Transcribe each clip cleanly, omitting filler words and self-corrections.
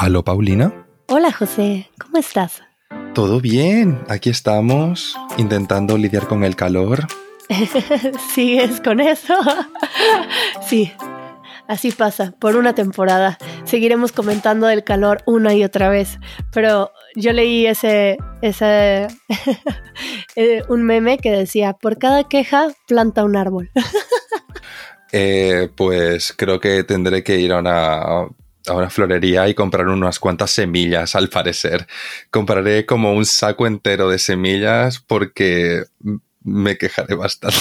Aló, Paulina. Hola, José. ¿Cómo estás? Todo bien. Aquí estamos intentando lidiar con el calor. ¿Sigues con eso? Sí, así pasa, por una temporada. Seguiremos comentando del calor una y otra vez. Pero yo leí un meme que decía, por cada queja, planta un árbol. Pues creo que tendré que ir a una florería y comprar unas cuantas semillas, al parecer. Compraré como un saco entero de semillas porque me quejaré bastante.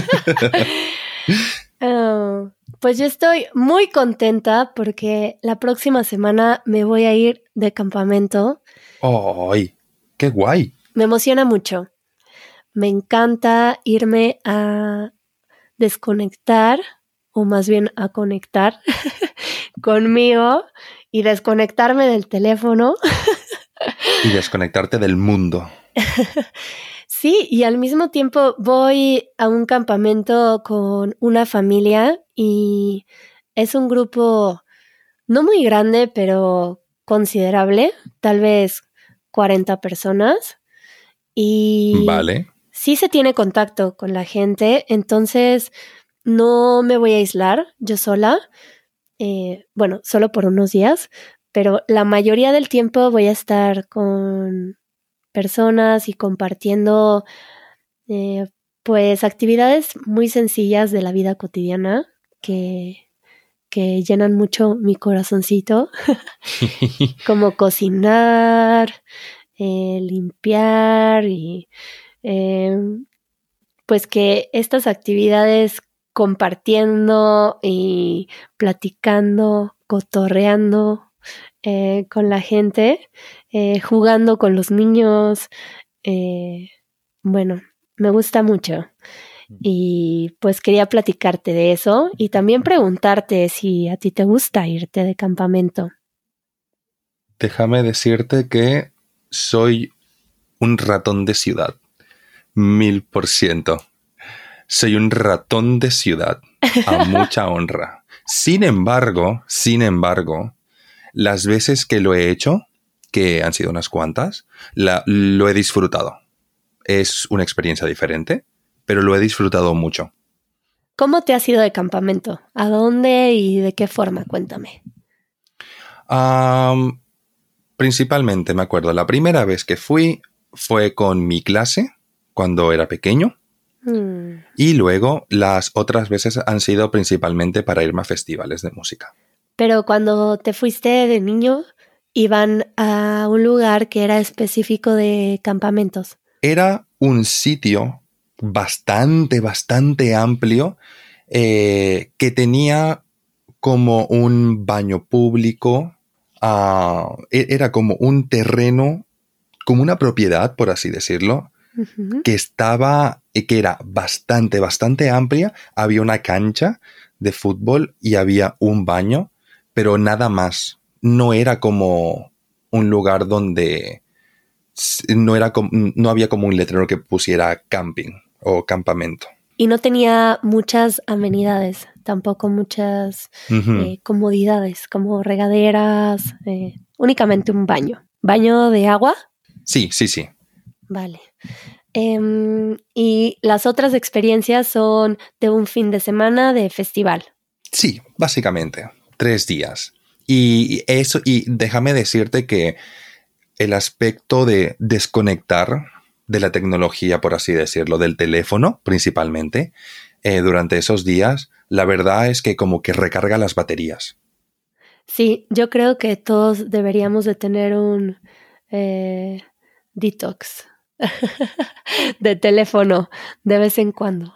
Pues yo estoy muy contenta porque la próxima semana me voy a ir de campamento. ¡Ay! ¡Qué guay! Me emociona mucho. Me encanta irme a desconectar, o más bien a conectar conmigo y desconectarme del teléfono. Y desconectarte del mundo. Sí, y al mismo tiempo voy a un campamento con una familia y es un grupo no muy grande, pero considerable, tal vez 40 personas. Y Vale. sí se tiene contacto con la gente, entonces no me voy a aislar yo sola, bueno, solo por unos días, pero la mayoría del tiempo voy a estar con personas y compartiendo pues actividades muy sencillas de la vida cotidiana que llenan mucho mi corazoncito, como cocinar, limpiar y pues que estas actividades compartiendo y platicando, cotorreando con la gente, jugando con los niños, bueno, me gusta mucho. Y pues quería platicarte de eso y también preguntarte si a ti te gusta irte de campamento. Déjame decirte que soy un ratón de ciudad. 1000%. Soy un ratón de ciudad, a mucha honra. Sin embargo, las veces que lo he hecho, que han sido unas cuantas, lo he disfrutado. Es una experiencia diferente, pero lo he disfrutado mucho. ¿Cómo te has ido de campamento? ¿A dónde y de qué forma? Cuéntame. Principalmente, me acuerdo, la primera vez que fui fue con mi clase, cuando era pequeño. Y luego las otras veces han sido principalmente para irme a festivales de música. Pero cuando te fuiste de niño, iban a un lugar que era específico de campamentos. Era un sitio bastante amplio que tenía como un baño público. Era como un terreno, como una propiedad, por así decirlo, que era bastante amplia. Había una cancha de fútbol y había un baño, pero nada más. No era como un lugar donde no había como un letrero que pusiera camping o campamento. Y no tenía muchas amenidades, tampoco muchas comodidades, como regaderas, únicamente un baño. ¿Baño de agua? Sí. Vale. Y las otras experiencias son de un fin de semana de festival. Sí, básicamente. 3 días. Y déjame decirte que el aspecto de desconectar de la tecnología, por así decirlo, del teléfono principalmente, durante esos días, la verdad es que como que recarga las baterías. Sí, yo creo que todos deberíamos de tener un detox de teléfono de vez en cuando.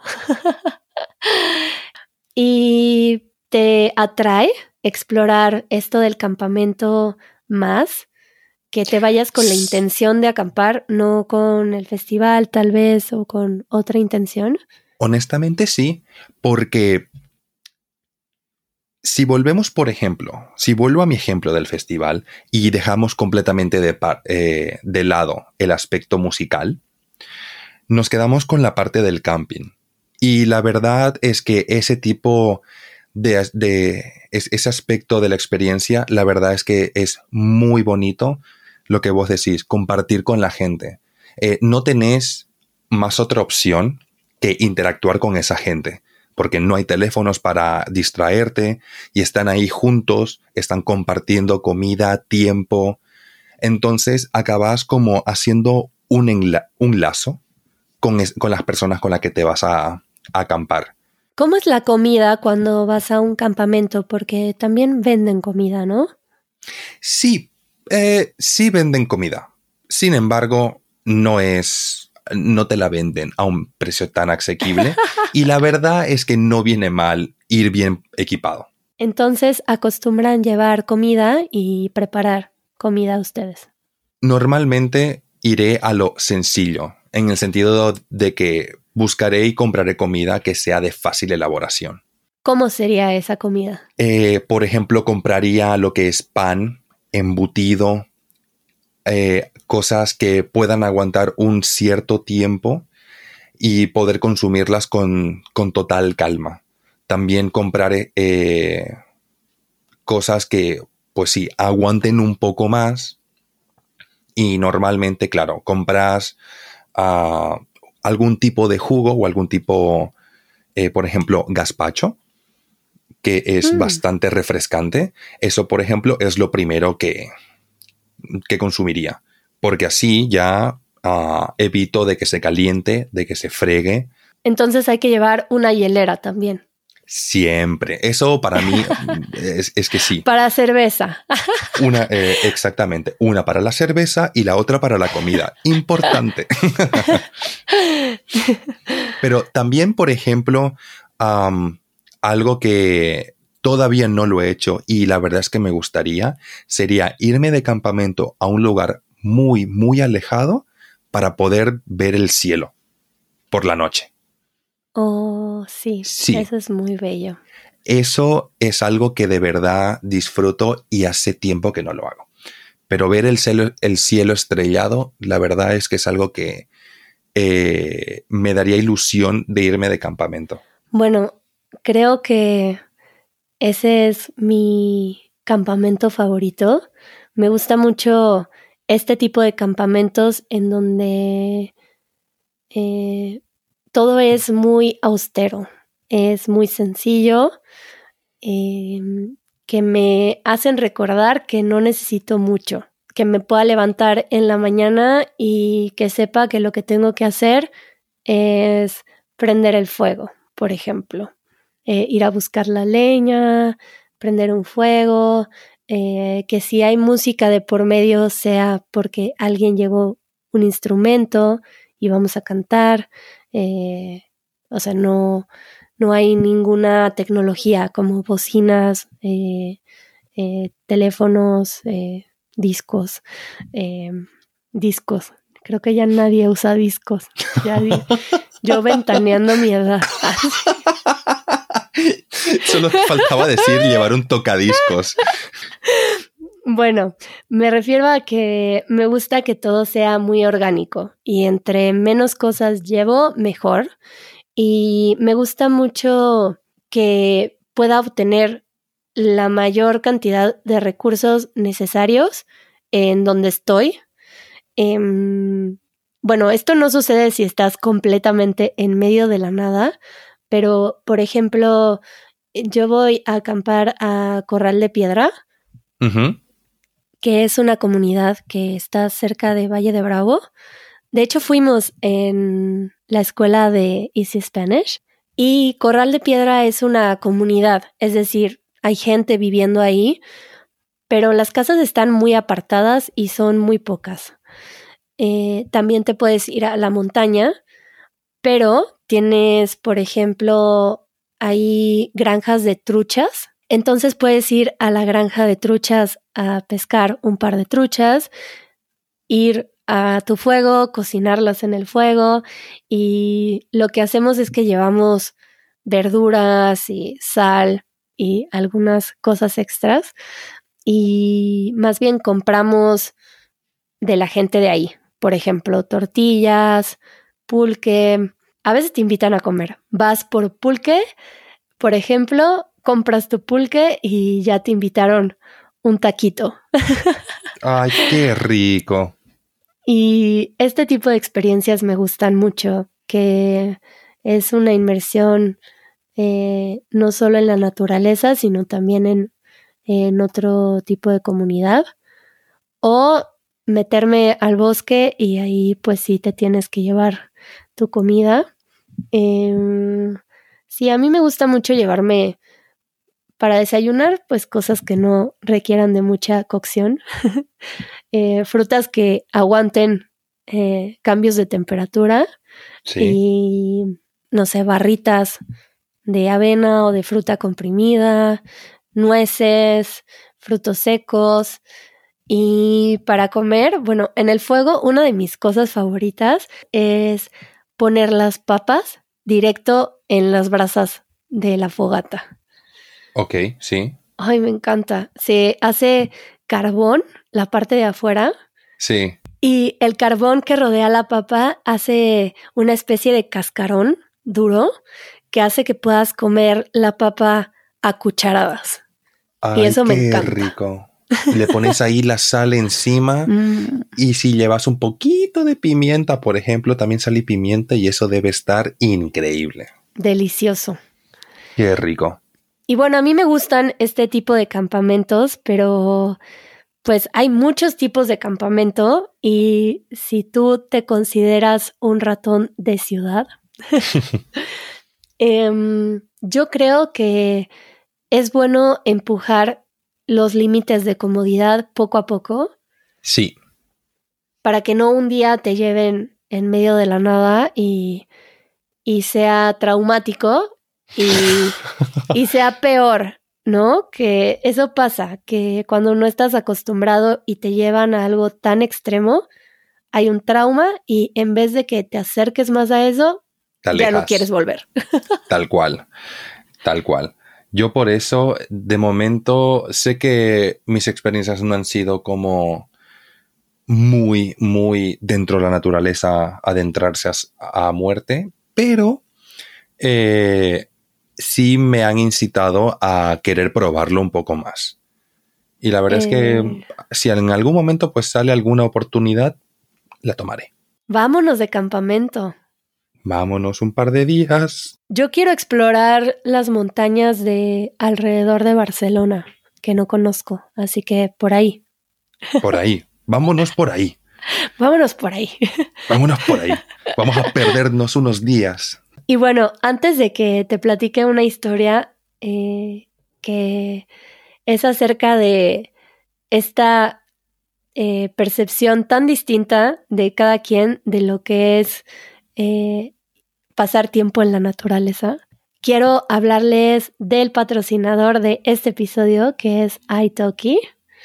¿Y te atrae explorar esto del campamento más? Que te vayas con la intención de acampar, no con el festival tal vez o con otra intención. Honestamente sí, porque si volvemos, por ejemplo, si vuelvo a mi ejemplo del festival y dejamos completamente de lado el aspecto musical, nos quedamos con la parte del camping. Y la verdad es que ese tipo ese aspecto de la experiencia, la verdad es que es muy bonito lo que vos decís, compartir con la gente. No tenés más otra opción que interactuar con esa gente, porque no hay teléfonos para distraerte y están ahí juntos, están compartiendo comida, tiempo. Entonces acabas como haciendo un lazo con las personas con las que te vas a acampar. ¿Cómo es la comida cuando vas a un campamento? Porque también venden comida, ¿no? Sí, sí venden comida. Sin embargo, no te la venden a un precio tan asequible. Y la verdad es que no viene mal ir bien equipado. Entonces acostumbran llevar comida y preparar comida ustedes. Normalmente iré a lo sencillo, en el sentido de que buscaré y compraré comida que sea de fácil elaboración. ¿Cómo sería esa comida? Por ejemplo, compraría lo que es pan, embutido, cosas que puedan aguantar un cierto tiempo y poder consumirlas con total calma. También compraré cosas que, pues sí, aguanten un poco más. Y normalmente, claro, compras algún tipo de jugo o algún tipo, por ejemplo, gazpacho, que es bastante refrescante. Eso, por ejemplo, es lo primero que consumiría, porque así ya evito de que se caliente, de que se fregue. Entonces hay que llevar una hielera también. Siempre. Eso para mí es que sí. Para cerveza. Exactamente. Una para la cerveza y la otra para la comida. Importante. Pero también, por ejemplo, algo que todavía no lo he hecho y la verdad es que me gustaría sería irme de campamento a un lugar muy, muy alejado para poder ver el cielo por la noche. Oh, sí, eso es muy bello. Eso es algo que de verdad disfruto y hace tiempo que no lo hago. Pero ver el cielo estrellado, la verdad es que es algo que me daría ilusión de irme de campamento. Bueno, creo que ese es mi campamento favorito. Me gusta mucho este tipo de campamentos en donde todo es muy austero, es muy sencillo, que me hacen recordar que no necesito mucho, que me pueda levantar en la mañana y que sepa que lo que tengo que hacer es prender el fuego, por ejemplo. Ir a buscar la leña, prender un fuego, que si hay música de por medio sea porque alguien llevó un instrumento y vamos a cantar. O sea, no hay ninguna tecnología como bocinas, teléfonos, discos. Discos. Creo que ya nadie usa discos. Yo ventaneando mi edad. Solo te faltaba decir llevar un tocadiscos. Bueno, me refiero a que me gusta que todo sea muy orgánico y entre menos cosas llevo, mejor. Y me gusta mucho que pueda obtener la mayor cantidad de recursos necesarios en donde estoy. Bueno, esto no sucede si estás completamente en medio de la nada, pero, por ejemplo, yo voy a acampar a Corral de Piedra, que es una comunidad que está cerca de Valle de Bravo. De hecho, fuimos en la escuela de Easy Spanish y Corral de Piedra es una comunidad, es decir, hay gente viviendo ahí, pero las casas están muy apartadas y son muy pocas. También te puedes ir a la montaña, pero tienes, por ejemplo, hay granjas de truchas. Entonces puedes ir a la granja de truchas a pescar un par de truchas, ir a tu fuego, cocinarlas en el fuego y lo que hacemos es que llevamos verduras y sal y algunas cosas extras y más bien compramos de la gente de ahí. Por ejemplo, tortillas, pulque. A veces te invitan a comer. Vas por pulque, por ejemplo, compras tu pulque y ya te invitaron un taquito. Ay, qué rico. Y este tipo de experiencias me gustan mucho, que es una inmersión no solo en la naturaleza, sino también en otro tipo de comunidad. O meterme al bosque y ahí pues sí te tienes que llevar tu comida. Sí, a mí me gusta mucho llevarme para desayunar pues cosas que no requieran de mucha cocción. Frutas que aguanten cambios de temperatura Sí. y no sé, barritas de avena o de fruta comprimida, nueces, frutos secos. Y para comer, bueno, en el fuego, una de mis cosas favoritas es poner las papas directo en las brasas de la fogata. Ok, sí. Ay, me encanta. Se hace carbón, la parte de afuera, Sí. y el carbón que rodea la papa hace una especie de cascarón duro que hace que puedas comer la papa a cucharadas. Y Ay, eso me qué encanta. rico. Le pones ahí la sal encima Mm, y si llevas un poquito de pimienta, por ejemplo, también sal y pimienta y eso debe estar increíble. delicioso. Qué rico. Y bueno, a mí me gustan este tipo de campamentos, pero pues hay muchos tipos de campamento y si tú te consideras un ratón de ciudad, yo creo que es bueno empujar los límites de comodidad poco a poco Sí, para que no un día te lleven en medio de la nada y sea traumático y sea peor, ¿no? Que eso pasa, que cuando no estás acostumbrado y te llevan a algo tan extremo, hay un trauma y en vez de que te acerques más a eso, te ya no quieres alejas. volver. Tal cual, tal cual. Yo por eso, de momento, sé que mis experiencias no han sido como muy dentro de la naturaleza, adentrarse a muerte, pero eh, sí me han incitado a querer probarlo un poco más. Y la verdad es que Eh, si en algún momento pues sale alguna oportunidad, la tomaré. Vámonos de campamento. Vámonos un par de días Yo quiero explorar las montañas de alrededor de Barcelona, que no conozco, así que por ahí. por ahí. Vámonos por ahí. Vámonos por ahí. Vámonos por ahí. Vamos a perdernos unos días. Y bueno, antes de que te platique una historia que es acerca de esta percepción tan distinta de cada quien de lo que es eh, pasar tiempo en la naturaleza, quiero hablarles del patrocinador de este episodio, que es italki,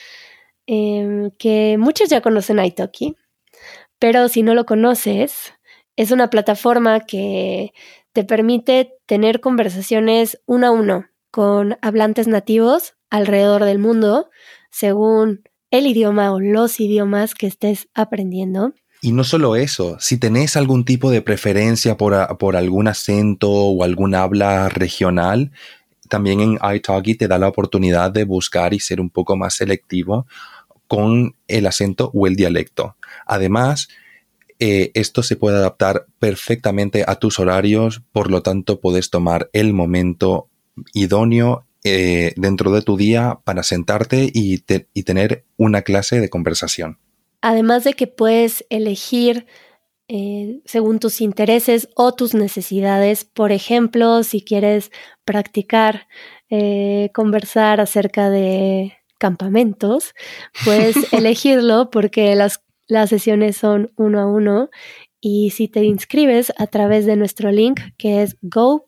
que muchos ya conocen italki, pero si no lo conoces, es una plataforma que te permite tener conversaciones uno a uno con hablantes nativos alrededor del mundo, según el idioma o los idiomas que estés aprendiendo. Y no solo eso, si tenés algún tipo de preferencia por algún acento o algún habla regional, también en italki te da la oportunidad de buscar y ser un poco más selectivo con el acento o el dialecto. Además, esto se puede adaptar perfectamente a tus horarios, por lo tanto puedes tomar el momento idóneo dentro de tu día para sentarte y tener una clase de conversación. Además de que puedes elegir según tus intereses o tus necesidades. Por ejemplo, si quieres practicar, conversar acerca de campamentos, puedes elegirlo porque las sesiones son uno a uno. Y si te inscribes a través de nuestro link, que es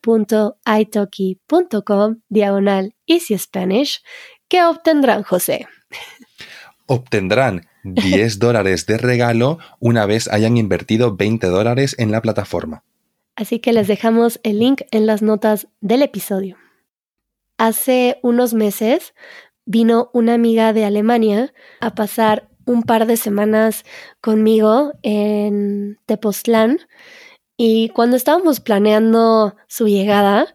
go.italki.com/Easy Spanish, ¿qué obtendrán, José? Obtendrán $10 de regalo una vez hayan invertido $20 en la plataforma. Así que les dejamos el link en las notas del episodio. Hace unos meses vino una amiga de Alemania a pasar un par de semanas conmigo en Tepoztlán y cuando estábamos planeando su llegada,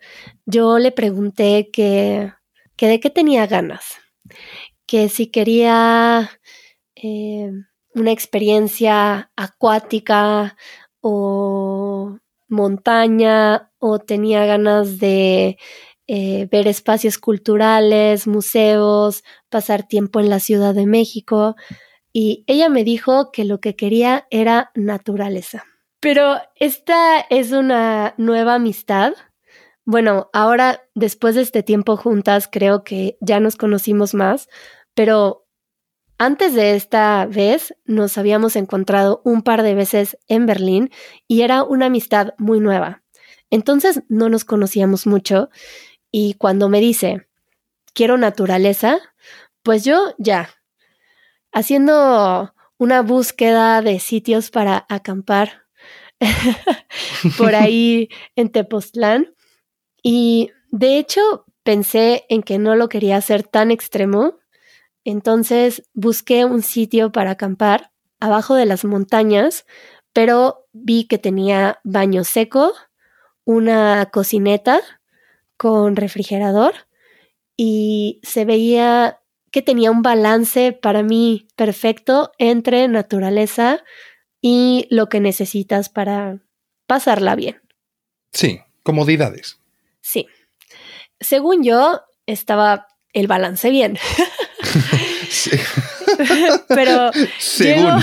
yo le pregunté que de qué tenía ganas, que si quería una experiencia acuática o montaña, o tenía ganas de ver espacios culturales, museos, pasar tiempo en la Ciudad de México. Y ella me dijo que lo que quería era naturaleza. Pero esta es una nueva amistad. Bueno, ahora, después de este tiempo juntas, creo que ya nos conocimos más, pero antes de esta vez nos habíamos encontrado un par de veces en Berlín y era una amistad muy nueva. Entonces no nos conocíamos mucho y cuando me dice, quiero naturaleza, pues yo ya, haciendo una búsqueda de sitios para acampar por ahí en Tepoztlán. Y de hecho pensé en que no lo quería hacer tan extremo, entonces busqué un sitio para acampar abajo de las montañas, pero vi que tenía baño seco, una cocineta con refrigerador y se veía que tenía un balance para mí perfecto entre naturaleza y lo que necesitas para pasarla bien. Sí, comodidades. Sí. Según yo, estaba el balance bien. Sí. Pero según.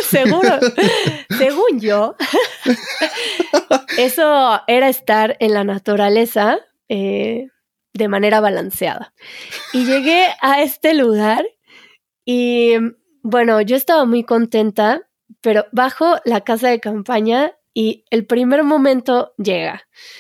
Según yo, eso era estar en la naturaleza de manera balanceada. Y llegué a este lugar y, bueno, yo estaba muy contenta, pero bajo la casa de campaña y el primer momento llega.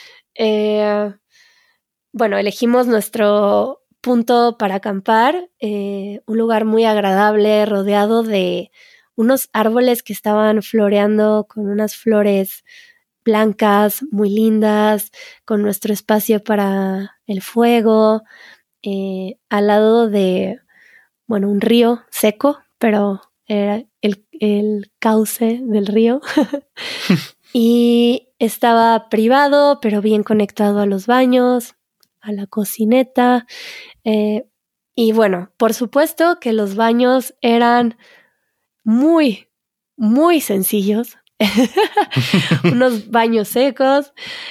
Bueno, elegimos nuestro punto para acampar, un lugar muy agradable, rodeado de unos árboles que estaban floreando con unas flores blancas, muy lindas, con nuestro espacio para el fuego, al lado de, bueno, un río seco, pero era el cauce del río. Y estaba privado, pero bien conectado a los baños, a la cocineta. Y bueno, por supuesto que los baños eran muy, muy sencillos. Unos baños secos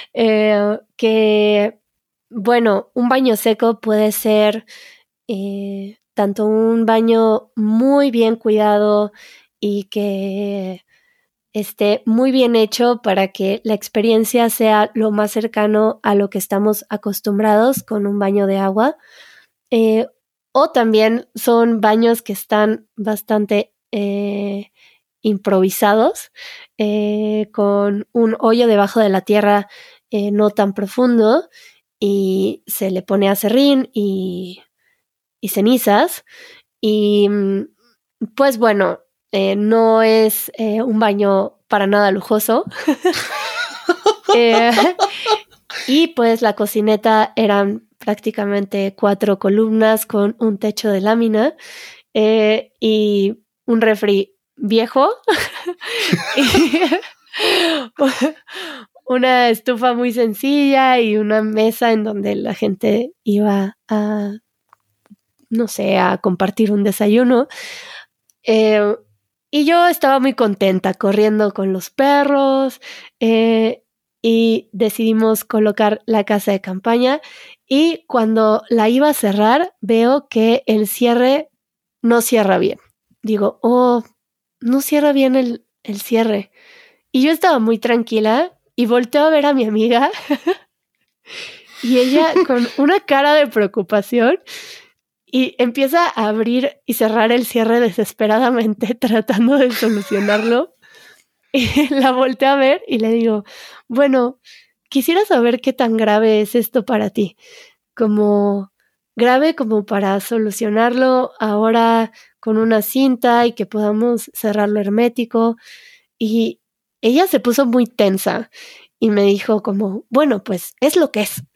que, bueno, un baño seco puede ser tanto un baño muy bien cuidado y que esté muy bien hecho para que la experiencia sea lo más cercano a lo que estamos acostumbrados con un baño de agua. O también son baños que están bastante improvisados, con un hoyo debajo de la tierra no tan profundo y se le pone aserrín y cenizas. Y pues bueno, no es un baño para nada lujoso. Y pues la cocineta eran prácticamente 4 columnas con un techo de lámina y un refri viejo. Y una estufa muy sencilla y una mesa en donde la gente iba a, no sé, a compartir un desayuno. Y yo estaba muy contenta corriendo con los perros y decidimos colocar la casa de campaña y cuando la iba a cerrar veo que el cierre no cierra bien. Digo, no cierra bien el cierre. Y yo estaba muy tranquila y volteo a ver a mi amiga y ella con una cara de preocupación y empieza a abrir y cerrar el cierre desesperadamente tratando de solucionarlo. Y la volteé a ver y le digo, bueno, quisiera saber qué tan grave es esto para ti. Como grave como para solucionarlo ahora con una cinta y que podamos cerrarlo hermético. Y ella se puso muy tensa y me dijo como, bueno, pues es lo que es.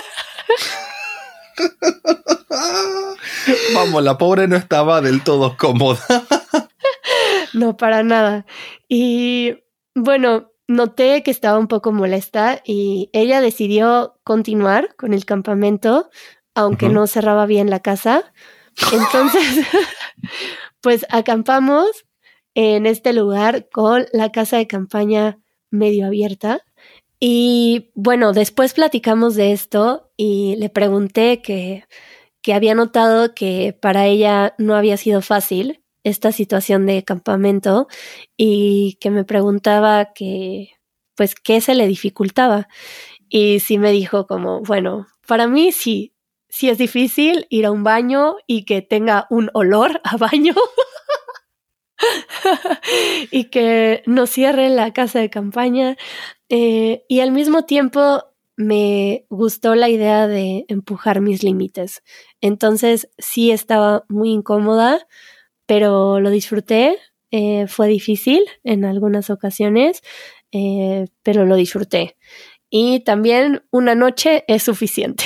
Vamos, la pobre no estaba del todo cómoda. No, para nada. Y bueno, noté que estaba un poco molesta y ella decidió continuar con el campamento, aunque no cerraba bien la casa. Entonces, pues acampamos en este lugar con la casa de campaña medio abierta. Y bueno, después platicamos de esto y le pregunté que había notado que para ella no había sido fácil esta situación de campamento y que me preguntaba pues, qué se le dificultaba. Y sí me dijo como, bueno, para mí sí es difícil ir a un baño y que tenga un olor a baño y que no cierre la casa de campaña. Y al mismo tiempo me gustó la idea de empujar mis límites. Entonces sí estaba muy incómoda, pero lo disfruté. Fue difícil en algunas ocasiones, pero lo disfruté. Y también una noche es suficiente.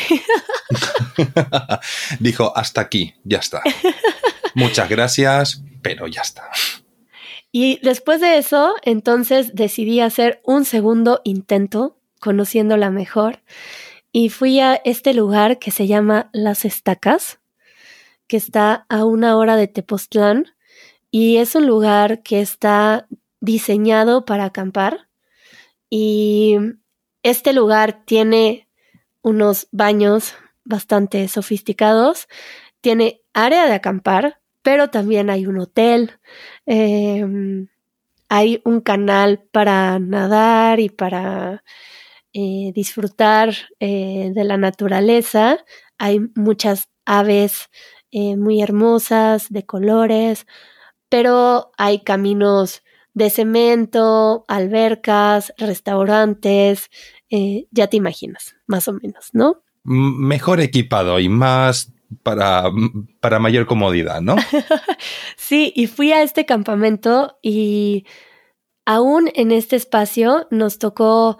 Dijo, hasta aquí, ya está. Muchas gracias, pero ya está. Y después de eso, entonces decidí hacer un segundo intento, conociéndola mejor. Y fui a este lugar que se llama Las Estacas, que está a 1 hora de Tepoztlán. Y es un lugar que está diseñado para acampar. Y este lugar tiene unos baños bastante sofisticados. Tiene área de acampar, pero también hay un hotel. Hay un canal para nadar y para disfrutar de la naturaleza. Hay muchas aves muy hermosas, de colores, pero hay caminos de cemento, albercas, restaurantes, ya te imaginas, más o menos, ¿no? Mejor equipado y más para mayor comodidad, ¿no? Sí, y fui a este campamento y aún en este espacio nos tocó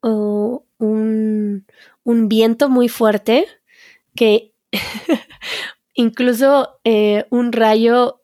un viento muy fuerte que incluso un rayo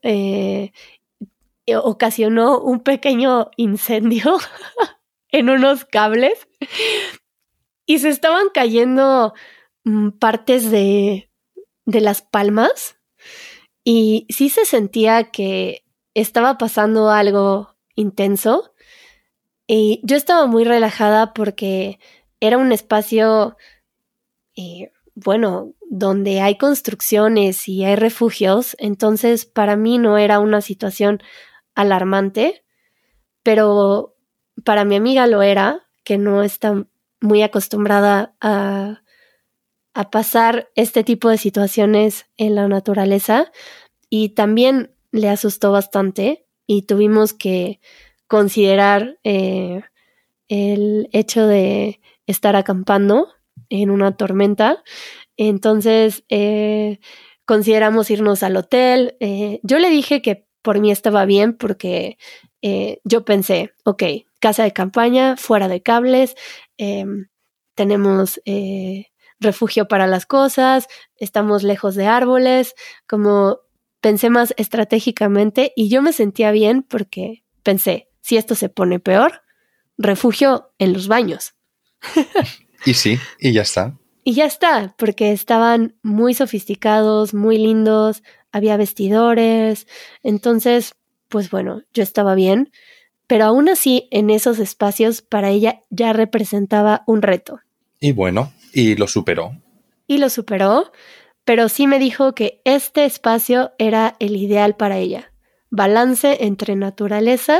ocasionó un pequeño incendio en unos cables y se estaban cayendo partes de las palmas y sí se sentía que estaba pasando algo intenso y yo estaba muy relajada porque era un espacio bueno, donde hay construcciones y hay refugios, entonces para mí no era una situación alarmante, pero para mi amiga lo era, que no está muy acostumbrada a pasar este tipo de situaciones en la naturaleza y también le asustó bastante y tuvimos que considerar el hecho de estar acampando en una tormenta. Entonces consideramos irnos al hotel. Yo le dije que por mí estaba bien porque yo pensé, ok, casa de campaña, fuera de cables, tenemos refugio para las cosas, estamos lejos de árboles, como pensé más estratégicamente y yo me sentía bien porque pensé, si esto se pone peor, refugio en los baños. Y sí, y ya está. Y ya está, porque estaban muy sofisticados, muy lindos, había vestidores, entonces, pues bueno, yo estaba bien, pero aún así en esos espacios para ella ya representaba un reto. Y bueno, y lo superó. Y lo superó, pero sí me dijo que este espacio era el ideal para ella. Balance entre naturaleza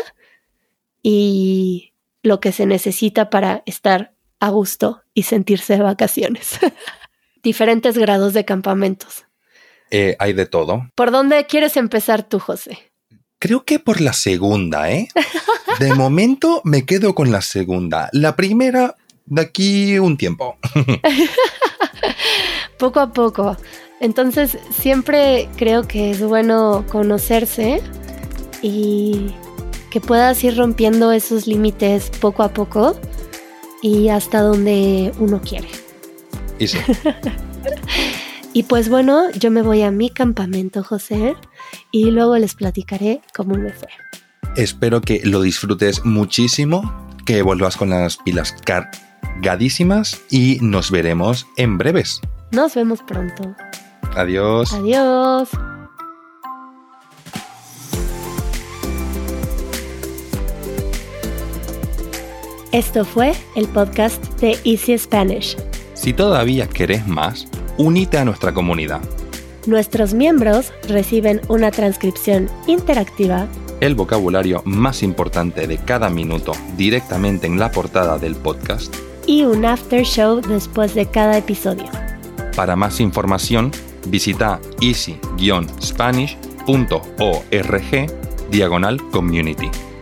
y lo que se necesita para estar a gusto y sentirse de vacaciones. Diferentes grados de campamentos. Hay de todo. ¿Por dónde quieres empezar tú, José? Creo que por la segunda, ¿eh? De momento me quedo con la segunda. La primera, de aquí un tiempo. Poco a poco. Entonces, siempre creo que es bueno conocerse y que puedas ir rompiendo esos límites poco a poco y hasta donde uno quiere. Y sí. Y pues bueno, yo me voy a mi campamento, José, y luego les platicaré cómo me fue. Espero que lo disfrutes muchísimo, que vuelvas con las pilas cargadísimas y nos veremos en breves. Nos vemos pronto. Adiós. Adiós. Esto fue el podcast de Easy Spanish. Si todavía querés más, únete a nuestra comunidad. Nuestros miembros reciben una transcripción interactiva, El vocabulario más importante de cada minuto directamente en la portada del podcast y un after show después de cada episodio. Para más información, visita easy-spanish.org/community.